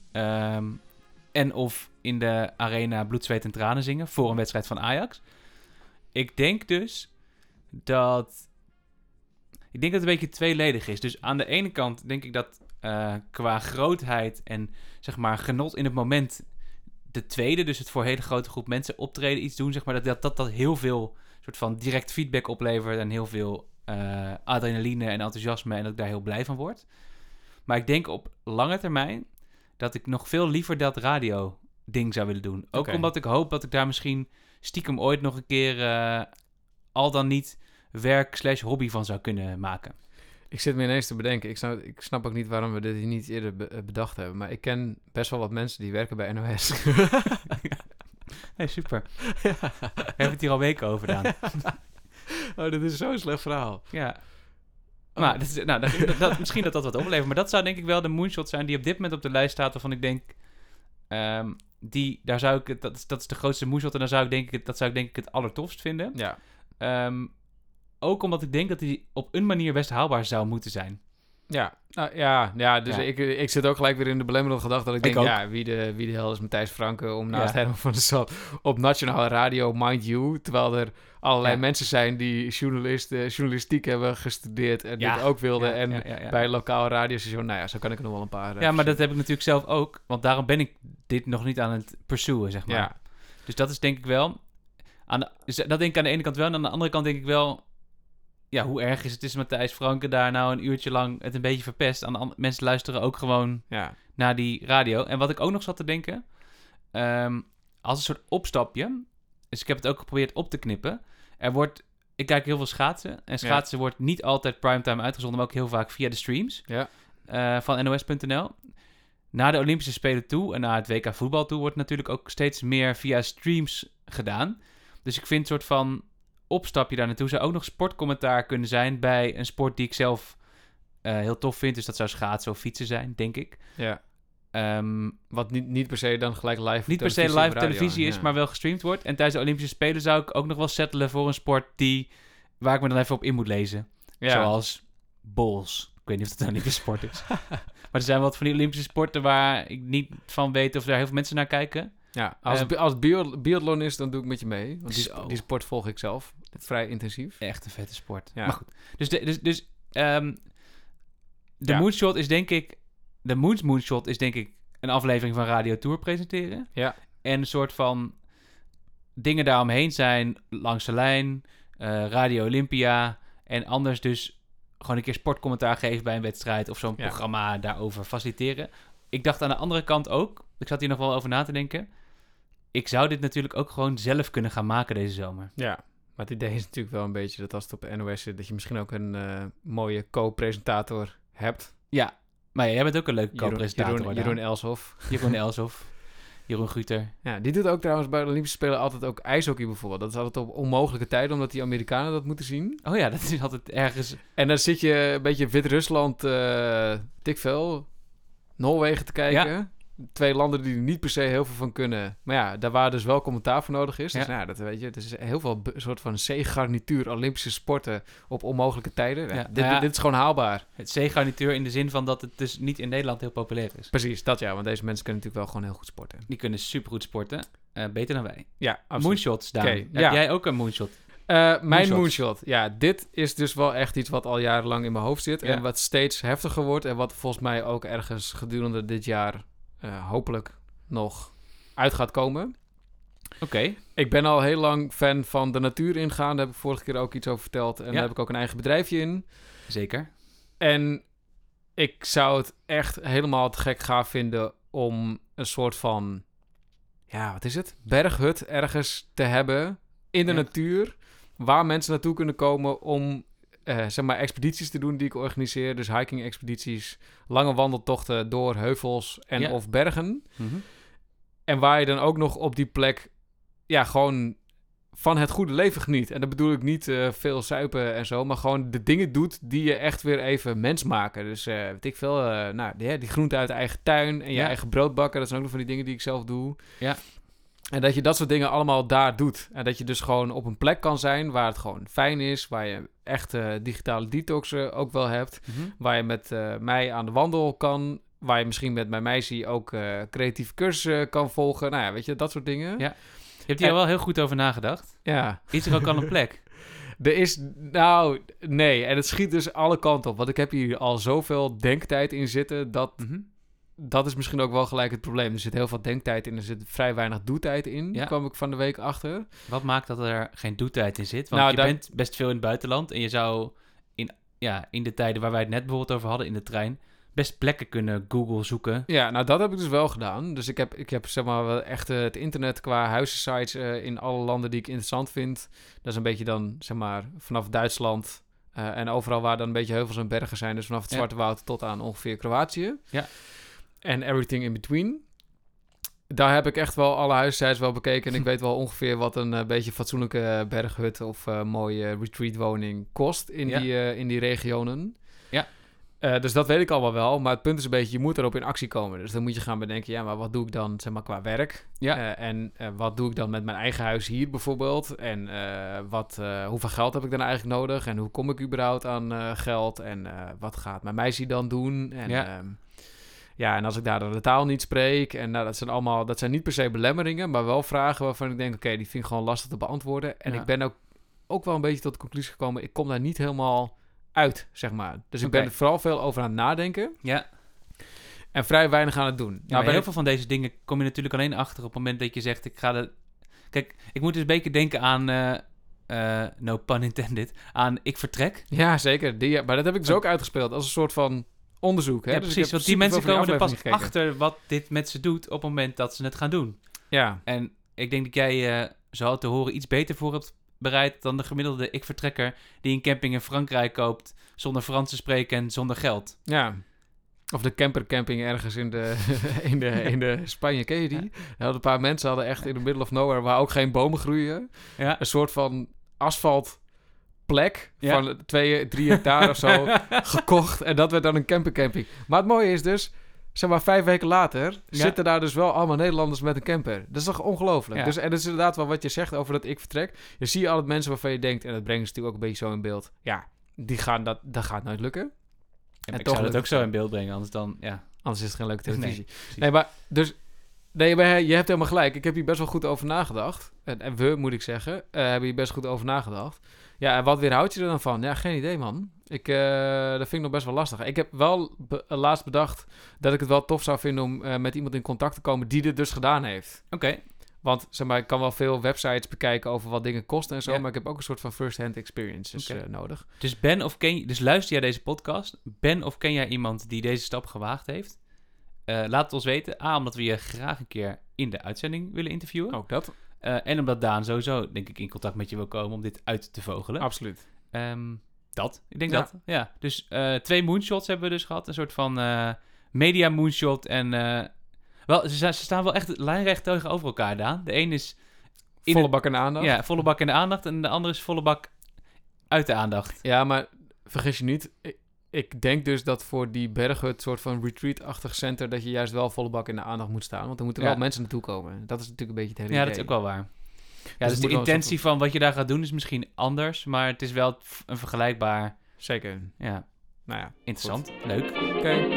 En of in de arena bloed, zweet en tranen zingen voor een wedstrijd van Ajax. Ik denk dus dat het een beetje tweeledig is. Dus aan de ene kant denk ik dat qua grootheid en zeg maar genot in het moment de tweede, dus het voor een hele grote groep mensen optreden iets doen, zeg maar dat heel veel soort van direct feedback oplevert en heel veel adrenaline en enthousiasme en dat ik daar heel blij van word. Maar ik denk op lange termijn dat ik nog veel liever dat radio ding zou willen doen. Ook omdat ik hoop dat ik daar misschien stiekem ooit nog een keer al dan niet werk/hobby van zou kunnen maken. Ik zit me ineens te bedenken. Ik snap ook niet waarom we dit hier niet eerder bedacht hebben. Maar ik ken best wel wat mensen die werken bij NOS. Hey, super. Ja. We hebben het hier al weken over gedaan. Oh, dit is zo'n slecht verhaal. Ja. Maar misschien dat wat oplevert. Maar dat zou denk ik wel de moonshot zijn die op dit moment op de lijst staat. Waarvan ik denk, dat is de grootste moonshot. En dat zou ik denk ik het allertofst vinden. Ja. Ook omdat ik denk dat die op een manier best haalbaar zou moeten zijn. Ja, dus ik zit ook gelijk weer in de belemmerende gedachte dat ik denk, wie de hel is Matthijs Franke om naast Herman van der Zand op nationale radio, mind you, terwijl er allerlei mensen zijn die journalistiek hebben gestudeerd en dit ook wilden bij een lokaal radiostation, nou ja, zo kan ik er nog wel een paar. Ja, maar dat heb ik natuurlijk zelf ook, want daarom ben ik dit nog niet aan het pursueren, zeg maar. Ja. Dus dat is denk ik wel, dus dat denk ik aan de ene kant wel en aan de andere kant denk ik wel, ja, hoe erg is het? Is Matthijs Franke daar nou een uurtje lang het een beetje verpest? Mensen luisteren ook gewoon naar die radio. En wat ik ook nog zat te denken, als een soort opstapje, dus ik heb het ook geprobeerd op te knippen. Ik kijk heel veel schaatsen. En schaatsen wordt niet altijd primetime uitgezonden, maar ook heel vaak via de streams van nos.nl. Na de Olympische Spelen toe en na het WK voetbal toe wordt natuurlijk ook steeds meer via streams gedaan. Dus ik vind een soort van opstapje daar naartoe zou ook nog sportcommentaar kunnen zijn bij een sport die ik zelf heel tof vind. Dus dat zou schaatsen of fietsen zijn, denk ik. Ja. Wat niet per se dan gelijk live niet per se live televisie is, maar wel gestreamd wordt. En tijdens de Olympische Spelen zou ik ook nog wel settelen voor een sport waar ik me dan even op in moet lezen. Ja. Zoals bowls. Ik weet niet of dat een Olympische sport is. Maar er zijn wat van die Olympische sporten waar ik niet van weet of er heel veel mensen naar kijken. Ja, als biathlon is, dan doe ik met je mee. Want die sport volg ik zelf. Vrij intensief. Echt een vette sport. Ja. Maar goed. Dus de moonshot is denk ik... De moonshot is denk ik een aflevering van Radio Tour presenteren. Ja. En een soort van dingen daaromheen zijn langs de lijn, Radio Olympia en anders dus gewoon een keer sportcommentaar geven bij een wedstrijd of zo'n programma daarover faciliteren. Ik dacht aan de andere kant ook, ik zat hier nog wel over na te denken, ik zou dit natuurlijk ook gewoon zelf kunnen gaan maken deze zomer. Ja, maar het idee is natuurlijk wel een beetje dat als het op de NOS zit, dat je misschien ook een mooie co-presentator hebt. Ja, maar jij bent ook een leuke co-presentator. Jeroen Elshoff. Jeroen Elshoff. Jeroen Guter. Ja, die doet ook trouwens bij de Olympische Spelen altijd ook ijshockey bijvoorbeeld. Dat is altijd op onmogelijke tijden, omdat die Amerikanen dat moeten zien. Oh ja, dat is altijd ergens... En dan zit je een beetje Wit-Rusland, dikvel, Noorwegen te kijken. Ja. 2 landen die er niet per se heel veel van kunnen. Maar ja, daar waar dus wel commentaar voor nodig is. Dus nou, dat weet je, het is heel veel soort van C-garnituur Olympische sporten op onmogelijke tijden. Ja, dit is gewoon haalbaar. Het C-garnituur in de zin van dat het dus niet in Nederland heel populair is. Precies, dat ja, want deze mensen kunnen natuurlijk wel gewoon heel goed sporten. Die kunnen supergoed sporten. Beter dan wij. Ja, absoluut. Moonshots, Daan. Heb jij ook een moonshot? Mijn moonshot. Ja, dit is dus wel echt iets wat al jarenlang in mijn hoofd zit. En wat steeds heftiger wordt. En wat volgens mij ook ergens gedurende dit jaar hopelijk nog uit gaat komen. Oké. Ik ben al heel lang fan van de natuur ingaan. Daar heb ik vorige keer ook iets over verteld. En daar heb ik ook een eigen bedrijfje in. Zeker. En ik zou het echt helemaal te gek gaaf vinden om een soort van... Ja, wat is het? Berghut ergens te hebben in de natuur. Waar mensen naartoe kunnen komen om... zeg maar expedities te doen die ik organiseer. Dus hiking-expedities, lange wandeltochten door heuvels en of bergen. Mm-hmm. En waar je dan ook nog op die plek gewoon van het goede leven geniet. En dat bedoel ik niet veel suipen en zo, maar gewoon de dingen doet die je echt weer even mens maken. Dus weet ik veel, die groenten uit de eigen tuin en je eigen brood bakken. Dat zijn ook nog van die dingen die ik zelf doe. Ja. En dat je dat soort dingen allemaal daar doet. En dat je dus gewoon op een plek kan zijn waar het gewoon fijn is. Waar je echt digitale detoxen ook wel hebt. Mm-hmm. Waar je met mij aan de wandel kan. Waar je misschien met mijn meisje ook creatieve cursussen kan volgen. Nou ja, weet je, dat soort dingen. Ja. Je hebt hier wel heel goed over nagedacht. Ja. Is er ook al een plek? Er is, nee. En het schiet dus alle kanten op. Want ik heb hier al zoveel denktijd in zitten dat... Mm-hmm. Dat is misschien ook wel gelijk het probleem. Er zit heel veel denktijd in, er zit vrij weinig doetijd in. Ja. Kwam ik van de week achter. Wat maakt dat er geen doetijd in zit? Want je bent best veel in het buitenland en je zou in de tijden waar wij het net bijvoorbeeld over hadden in de trein best plekken kunnen Google zoeken. Ja, nou dat heb ik dus wel gedaan. Dus ik heb zeg maar wel echt het internet qua huizensites in alle landen die ik interessant vind. Dat is een beetje dan zeg maar vanaf Duitsland en overal waar dan een beetje heuvels en bergen zijn. Dus vanaf het Zwarte Woud tot aan ongeveer Kroatië. Ja. En everything in between. Daar heb ik echt wel alle huissites wel bekeken. En ik weet wel ongeveer wat een beetje fatsoenlijke berghut of mooie retreatwoning kost in die regionen. Ja. Dus dat weet ik allemaal wel. Maar het punt is een beetje, je moet erop in actie komen. Dus dan moet je gaan bedenken, ja, maar wat doe ik dan zeg maar qua werk? Ja. En wat doe ik dan met mijn eigen huis hier bijvoorbeeld? En hoeveel geld heb ik dan eigenlijk nodig? En hoe kom ik überhaupt aan geld? En wat gaat mijn meisje dan doen? En en als ik daar de taal niet spreek... en dat zijn niet per se belemmeringen... maar wel vragen waarvan ik denk... oké, die vind ik gewoon lastig te beantwoorden. En ik ben ook wel een beetje tot de conclusie gekomen... ik kom daar niet helemaal uit, zeg maar. Dus ik ben er vooral veel over aan het nadenken. Ja. En vrij weinig aan het doen. Ja, bij heel veel van deze dingen kom je natuurlijk alleen achter... op het moment dat je zegt... Kijk, ik moet dus een beetje denken aan... no pun intended... aan ik vertrek. Ja, zeker. Maar dat heb ik dus ook uitgespeeld... als een soort van... onderzoek. Hè? Ja, dus precies, want die mensen komen er pas achter wat dit met ze doet op het moment dat ze het gaan doen. Ja. En ik denk dat jij zo te horen iets beter voor hebt bereid dan de gemiddelde ik-vertrekker die een camping in Frankrijk koopt zonder Frans te spreken en zonder geld. Ja. Of de campercamping ergens in de Spanje, ken je die? Ja. Een paar mensen hadden echt in the middle of nowhere, waar ook geen bomen groeien, een soort van asfalt plek van 2-3 hectare of zo gekocht. En dat werd dan een campercamping. Maar het mooie is dus, zeg maar 5 weken later zitten daar dus wel allemaal Nederlanders met een camper. Dat is toch ongelooflijk? Ja. Dus, en dat is inderdaad wel wat je zegt over dat ik vertrek. Je ziet al het mensen waarvan je denkt, en dat brengen ze natuurlijk ook een beetje zo in beeld. Ja, dat gaat nooit lukken. En ik zou het ook zo in beeld brengen, anders dan, Anders is het geen leuke televisie. Nee, maar dus... Nee, maar je hebt helemaal gelijk. Ik heb hier best wel goed over nagedacht. En we, moet ik zeggen, hebben hier best goed over nagedacht. Ja, en wat weerhoudt je er dan van? Ja, geen idee, man. Dat vind ik nog best wel lastig. Ik heb wel laatst bedacht dat ik het wel tof zou vinden om met iemand in contact te komen die dit dus gedaan heeft. Oké. Want zeg maar, ik kan wel veel websites bekijken over wat dingen kosten en zo, Ja. maar ik heb ook een soort van first-hand experiences nodig. Dus dus luister jij deze podcast? Ben of ken jij iemand die deze stap gewaagd heeft? Laat het ons weten. Omdat we je graag een keer in de uitzending willen interviewen. Ook dat. En omdat Daan sowieso, denk ik, in contact met je wil komen om dit uit te vogelen. Absoluut. Ik denk Ja. dat. Ja. Dus 2 moonshots hebben we dus gehad. Een soort van media moonshot. En ze staan wel echt lijnrecht tegenover elkaar, Daan. De een is... Volle bak in de aandacht. Ja, volle bak in de aandacht. En de andere is volle bak uit de aandacht. Ja, maar vergis je niet. Ik denk dus dat voor die berghut soort van retreat-achtig center, dat je juist wel volle bak in de aandacht moet staan. Want er moeten wel mensen naartoe komen. Dat is natuurlijk een beetje het hele Ja, idee. dat is ook wel waar. Ja, het dus moet de wel intentie van wat je daar gaat doen is misschien anders. Maar het is wel een vergelijkbaar... Zeker. Ja, Nou ja, interessant. Leuk. oké.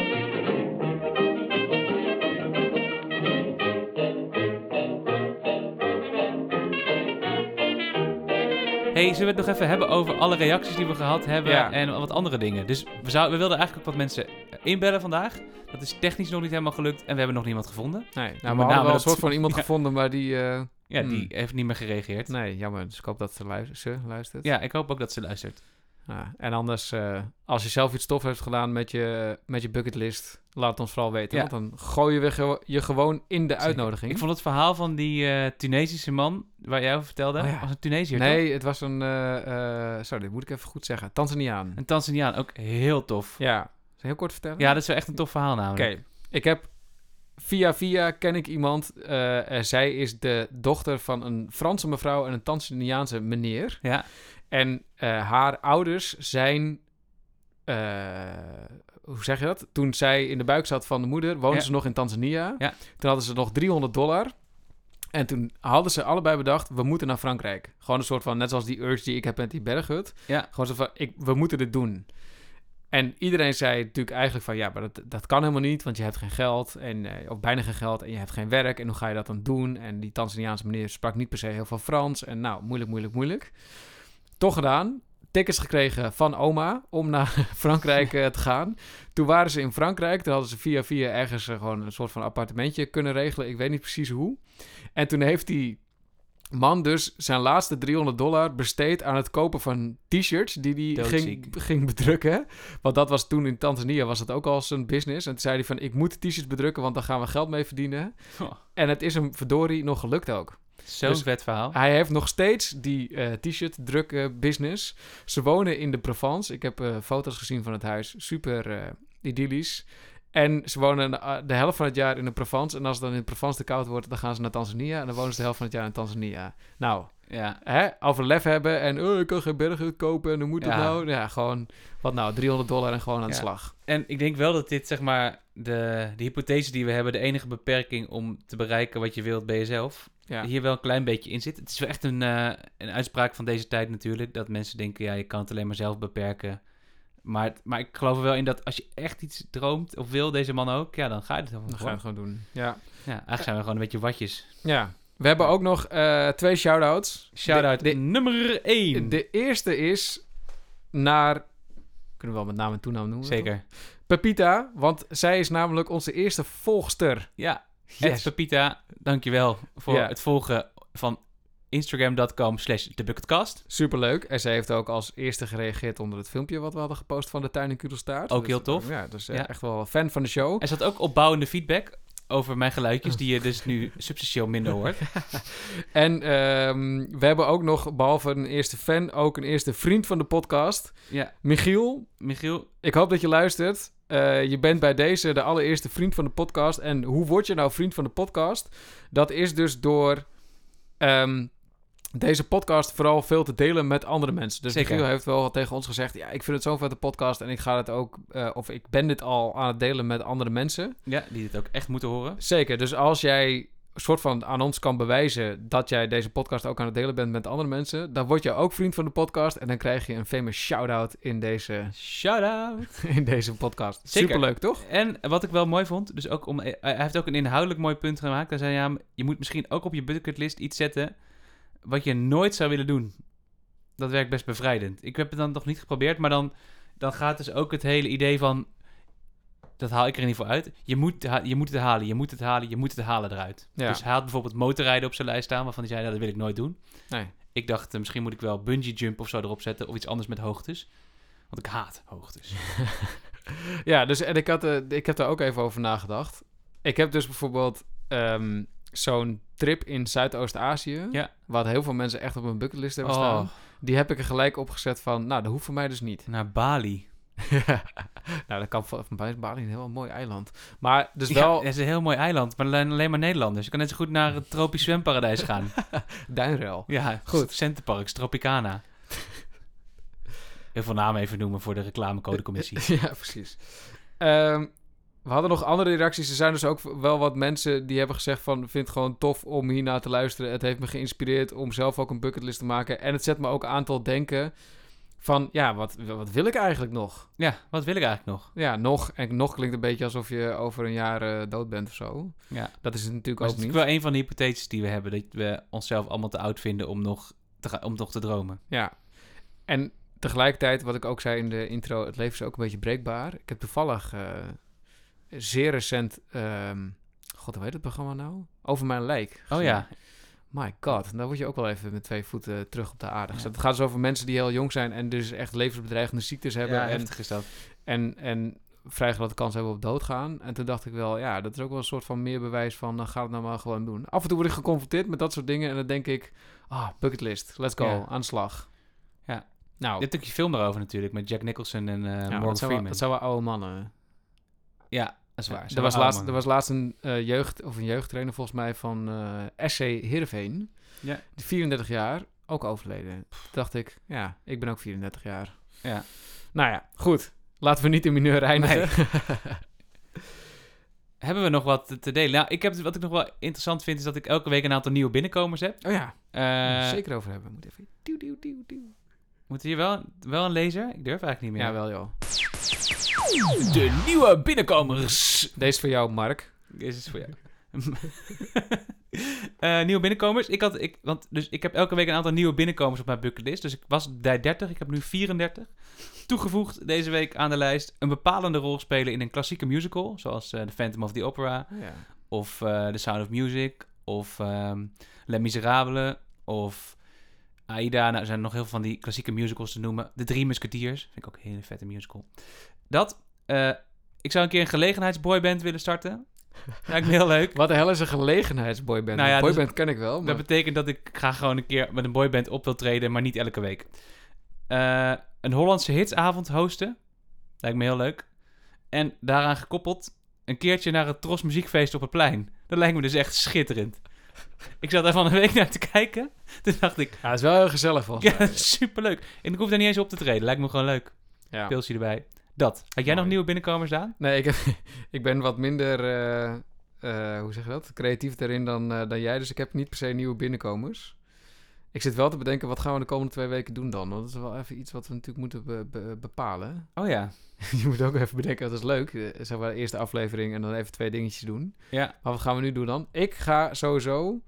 Hey, zullen we het nog even hebben over alle reacties die we gehad hebben Ja. en wat andere dingen? Dus we wilden eigenlijk ook wat mensen inbellen vandaag. Dat is technisch nog niet helemaal gelukt en we hebben nog niemand gevonden. Nee, met nou, we hadden name wel een dat- soort van iemand Ja. gevonden, maar die... Ja, die heeft niet meer gereageerd. Nee, jammer. Dus ik hoop dat ze luistert. Ja, ik hoop ook dat ze luistert. Ja, en anders, als je zelf iets tof hebt gedaan met je bucketlist, laat het ons vooral weten. Ja. Want dan gooi je je gewoon in de Zeker. uitnodiging. Ik vond het verhaal van die Tunesische man, waar jij over vertelde, Oh ja. was een Tunesiër, toch? Nee, het was een... sorry, dit moet ik even goed zeggen. Tanzaniaan. Een Tanzaniaan, ook heel tof. Ja. Zal ik heel kort vertellen? Ja, dat is wel echt een tof verhaal namelijk. Oké. Ik heb... Via ken ik iemand. Zij is de dochter van een Franse mevrouw en een Tanzaniaanse meneer. Ja, En haar ouders zijn... hoe zeg je dat? Toen zij in de buik zat van de moeder, woonden Ja. ze nog in Tanzania. Ja. Toen hadden ze nog $300. En toen hadden ze allebei bedacht, we moeten naar Frankrijk. Gewoon een soort van, net zoals die urge die ik heb met die berghut. ja. Gewoon zo van, we moeten dit doen. En iedereen zei natuurlijk eigenlijk van, ja, maar dat kan helemaal niet, want je hebt geen geld, of bijna geen geld, en je hebt geen werk, en hoe ga je dat dan doen? En die Tanzaniaanse meneer sprak niet per se heel veel Frans, en nou, moeilijk. Toch gedaan, tickets gekregen van oma om naar Frankrijk te gaan. Toen waren ze in Frankrijk, toen hadden ze via ergens gewoon een soort van appartementje kunnen regelen, ik weet niet precies hoe. En toen heeft die man dus zijn laatste $300 besteed aan het kopen van t-shirts die hij ging bedrukken. Want dat was toen in Tanzania, was dat ook al zijn business. En toen zei hij van, ik moet t-shirts bedrukken, want daar gaan we geld mee verdienen. Oh, En het is hem verdorie nog gelukt ook. zo'n Dus vet verhaal. Hij heeft nog steeds die t-shirt druk business. Ze wonen in de Provence. Ik heb foto's gezien van het huis. Super idyllisch. En ze wonen de helft van het jaar in de Provence. En als het dan in de Provence te koud wordt, dan gaan ze naar Tanzania. En dan wonen ze de helft van het jaar in Tanzania. Nou, Ja, over lef hebben en ik kan geen berghut kopen en hoe moet het Ja. nou? Ja, gewoon, wat nou, $300 en gewoon aan de Ja. slag. en ik denk wel dat dit, zeg maar, de hypothese die we hebben, de enige beperking om te bereiken wat je wilt bij jezelf, Ja, hier wel een klein beetje in zit. Het is wel echt een uitspraak van deze tijd natuurlijk, dat mensen denken, ja, je kan het alleen maar zelf beperken. Maar ik geloof er wel in dat als je echt iets droomt of wil, deze man ook, ja, dan ga je het dan gewoon. ga je het gewoon doen. Ja. Ja, eigenlijk zijn we gewoon een beetje watjes. Ja. We hebben ook nog 2 shout-outs. Shout-out De- nummer 1. De eerste is naar... Kunnen we wel met naam en toenaam noemen? Zeker. toch? Pepita, want zij is namelijk onze eerste volgster. Ja, Yes. Pepita, dankjewel voor Ja. het volgen van Instagram.com/thebucketcast. Superleuk. En zij heeft ook als eerste gereageerd onder het filmpje wat we hadden gepost van de tuin in Kudelstaart. Ook heel tof. Ja, dus Ja. echt wel een fan van de show. Er zat ook opbouwende feedback over mijn geluidjes, die je dus nu substantieel minder hoort. En we hebben ook nog, behalve een eerste fan, ook een eerste vriend van de podcast. Ja, Michiel, Michiel, ik hoop dat je luistert. Je bent bij deze de allereerste vriend van de podcast. En hoe word je nou vriend van de podcast? Dat is dus door deze podcast vooral veel te delen met andere mensen. Dus Zeker. Michiel heeft wel tegen ons gezegd, ja, ik vind het zo'n vette podcast en ik ga het ook, of ik ben dit al aan het delen met andere mensen. ja, die dit ook echt moeten horen. Zeker, dus als jij een soort van aan ons kan bewijzen dat jij deze podcast ook aan het delen bent met andere mensen, dan word je ook vriend van de podcast en dan krijg je een famous shout-out in Shout-out! in deze podcast. Zeker. Superleuk, toch? En wat ik wel mooi vond, dus ook hij heeft ook een inhoudelijk mooi punt gemaakt. Hij zei, ja, je moet misschien ook op je bucketlist iets zetten wat je nooit zou willen doen. Dat werkt best bevrijdend. Ik heb het dan nog niet geprobeerd, maar dan gaat dus ook het hele idee van, dat haal ik er in ieder geval uit. Je moet het halen, je moet het halen, je moet het halen eruit. Ja. Dus hij had bijvoorbeeld motorrijden op zijn lijst staan, waarvan hij zei, dat wil ik nooit doen. Nee. Ik dacht, misschien moet ik wel bungee jump of zo erop zetten, of iets anders met hoogtes. Want ik haat hoogtes. Ja, dus en ik heb daar ook even over nagedacht. Ik heb dus bijvoorbeeld zo'n trip in Zuidoost-Azië, Ja. wat heel veel mensen echt op hun bucketlist hebben Oh. staan. Die heb ik er gelijk opgezet van, nou, dat hoeft voor mij dus niet. Naar Bali. Nou, dat kan van Bali een heel mooi eiland. Maar dus Ja, wel het is een heel mooi eiland, maar alleen maar Nederlanders. Je kan net zo goed naar het tropisch zwemparadijs gaan. Duinruil. Ja, Goed. Centerparks, Tropicana. Heel veel namen even noemen voor de reclamecodecommissie. Ja, precies. We hadden nog andere reacties. Er zijn dus ook wel wat mensen die hebben gezegd van... vind het gewoon tof om hiernaar te luisteren. Het heeft me geïnspireerd om zelf ook een bucketlist te maken. En het zet me ook aan tot denken van... ja, wat wil ik eigenlijk nog? Ja, wat wil ik eigenlijk nog? Ja, nog. En nog klinkt een beetje alsof je over een jaar dood bent of zo. Ja. Dat is het natuurlijk Maar ook het is niet. wel een van de hypotheses die we hebben. Dat we onszelf allemaal te oud vinden om nog te dromen. Ja. En tegelijkertijd, wat ik ook zei in de intro... het leven is ook een beetje breekbaar. Ik heb toevallig... zeer recent... God, hoe heet het programma nou? Over mijn lijk. Oh ja. My god, dan word je ook wel even met 2 voeten terug op de aarde gezet. Ja. Het gaat dus over mensen die heel jong zijn... en dus echt levensbedreigende ziektes hebben... Ja, en, heftig is dat. en vrij grote kans hebben op doodgaan. En toen dacht ik wel, ja, dat is ook wel een soort van meer bewijs van... ga het nou maar gewoon doen. Af en toe word ik geconfronteerd met dat soort dingen... en dan denk ik, bucketlist, let's go, Ja. aan de slag. Ja. Nou, Dit stukje film daarover natuurlijk, met Jack Nicholson en ja, Morgan dat Freeman. zijn wel oude mannen. Ja, dat is waar. Er was laatst een jeugdtrainer volgens mij van SC Heerenveen. Ja. Die 34 jaar, ook overleden. Toen dacht ik, ja, ik ben ook 34 jaar. Ja. Nou ja, goed. Laten we niet in mineur eindigen. Hebben we nog wat te delen? Nou, wat ik nog wel interessant vind, is dat ik elke week een aantal nieuwe binnenkomers heb. Oh ja, moet Eh zeker over hebben. Moet even... Duw. Moet hier wel een lezer? Ik durf eigenlijk niet meer. Ja, wel joh. De nieuwe binnenkomers. Deze is voor jou, Mark. Deze is voor jou. Nieuwe binnenkomers. Ik heb elke week een aantal nieuwe binnenkomers op mijn bucketlist. Dus ik was bij 30, ik heb nu 34. Toegevoegd deze week aan de lijst een bepalende rol spelen in een klassieke musical. Zoals The Phantom of the Opera. Oh, ja. Of The Sound of Music. Of Les Miserables. Of Aida. Nou, er zijn nog heel veel van die klassieke musicals te noemen. De Drie Musketeers. Vind ik ook een hele vette musical. Ik zou een keer een gelegenheidsboyband willen starten. Lijkt me heel leuk. Wat de hel is een gelegenheidsboyband? Nou ja, Boyband ken ik wel, maar... Dat betekent dat ik ga gewoon een keer met een boyband op wil treden, maar niet elke week. Een Hollandse hitsavond hosten. Lijkt me heel leuk. En daaraan gekoppeld een keertje naar het Tros Muziekfeest op het plein. Dat lijkt me dus echt schitterend. Ik zat daar van een week naar te kijken. Toen dacht ik, Ja, het is wel heel gezellig volgens ja, mij. superleuk. En ik hoef daar niet eens op te treden. Lijkt me gewoon leuk. Ja. Pilsje erbij. Dat. Had jij nog Mooi. nieuwe binnenkomers aan? Nee, ik ben wat minder, hoe zeg je dat, creatief erin dan jij. Dus ik heb niet per se nieuwe binnenkomers. Ik zit wel te bedenken, wat gaan we de komende 2 weken doen dan? Want dat is wel even iets wat we natuurlijk moeten bepalen. Oh ja. Je moet ook even bedenken, dat is leuk. Zeg maar de eerste aflevering en dan even 2 dingetjes doen. Ja. Maar wat gaan we nu doen dan? Ik ga sowieso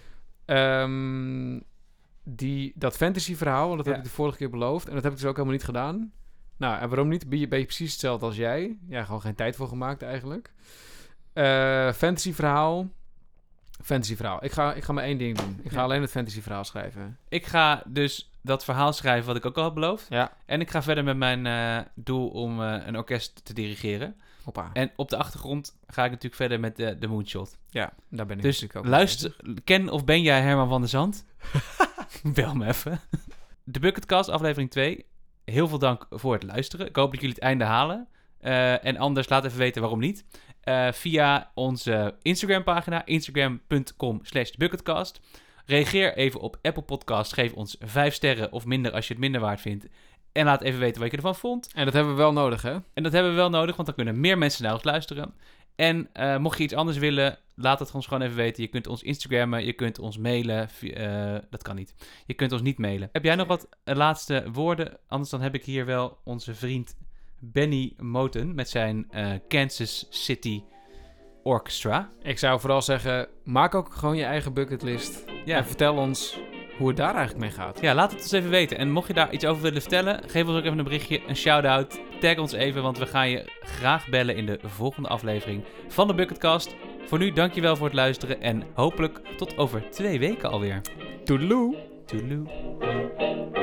dat fantasy verhaal, want dat heb ik de vorige keer beloofd. En dat heb ik dus ook helemaal niet gedaan. Nou, en waarom niet? Ben je precies hetzelfde als jij. Ja, gewoon geen tijd voor gemaakt eigenlijk. Fantasy verhaal. Ik ga maar 1 ding doen. Ik ga alleen het fantasy verhaal schrijven. Ik ga dus dat verhaal schrijven wat ik ook al had beloofd. Ja. En ik ga verder met mijn doel om een orkest te dirigeren. Hoppa. En op de achtergrond ga ik natuurlijk verder met de Moonshot. Ja, daar ben ik Dus natuurlijk ook. luister, ken of ben jij Herman van der Zand? Bel me even. De Bucketcast, aflevering 2. Heel veel dank voor het luisteren. Ik hoop dat jullie het einde halen. En anders laat even weten waarom niet. Via onze Instagram-pagina, instagram.com/bucketcast. Reageer even op Apple Podcasts. Geef ons 5 sterren of minder als je het minder waard vindt. En laat even weten wat je ervan vond. En dat hebben we wel nodig, hè? En dat hebben we wel nodig, want dan kunnen meer mensen naar ons luisteren. En mocht je iets anders willen, laat het ons gewoon even weten. Je kunt ons Instagrammen, je kunt ons mailen. Dat kan niet. Je kunt ons niet mailen. Heb jij nog wat laatste woorden? Anders dan heb ik hier wel onze vriend Benny Moten met zijn Kansas City Orchestra. Ik zou vooral zeggen, maak ook gewoon je eigen bucketlist. Ja. En vertel ons hoe het daar eigenlijk mee gaat. Ja, laat het ons even weten. En mocht je daar iets over willen vertellen, geef ons ook even een berichtje, een shout-out. Tag ons even, want we gaan je graag bellen in de volgende aflevering van de Bucketcast. Voor nu, dankjewel voor het luisteren en hopelijk tot over 2 weken alweer. Toedeloe! Toedeloe.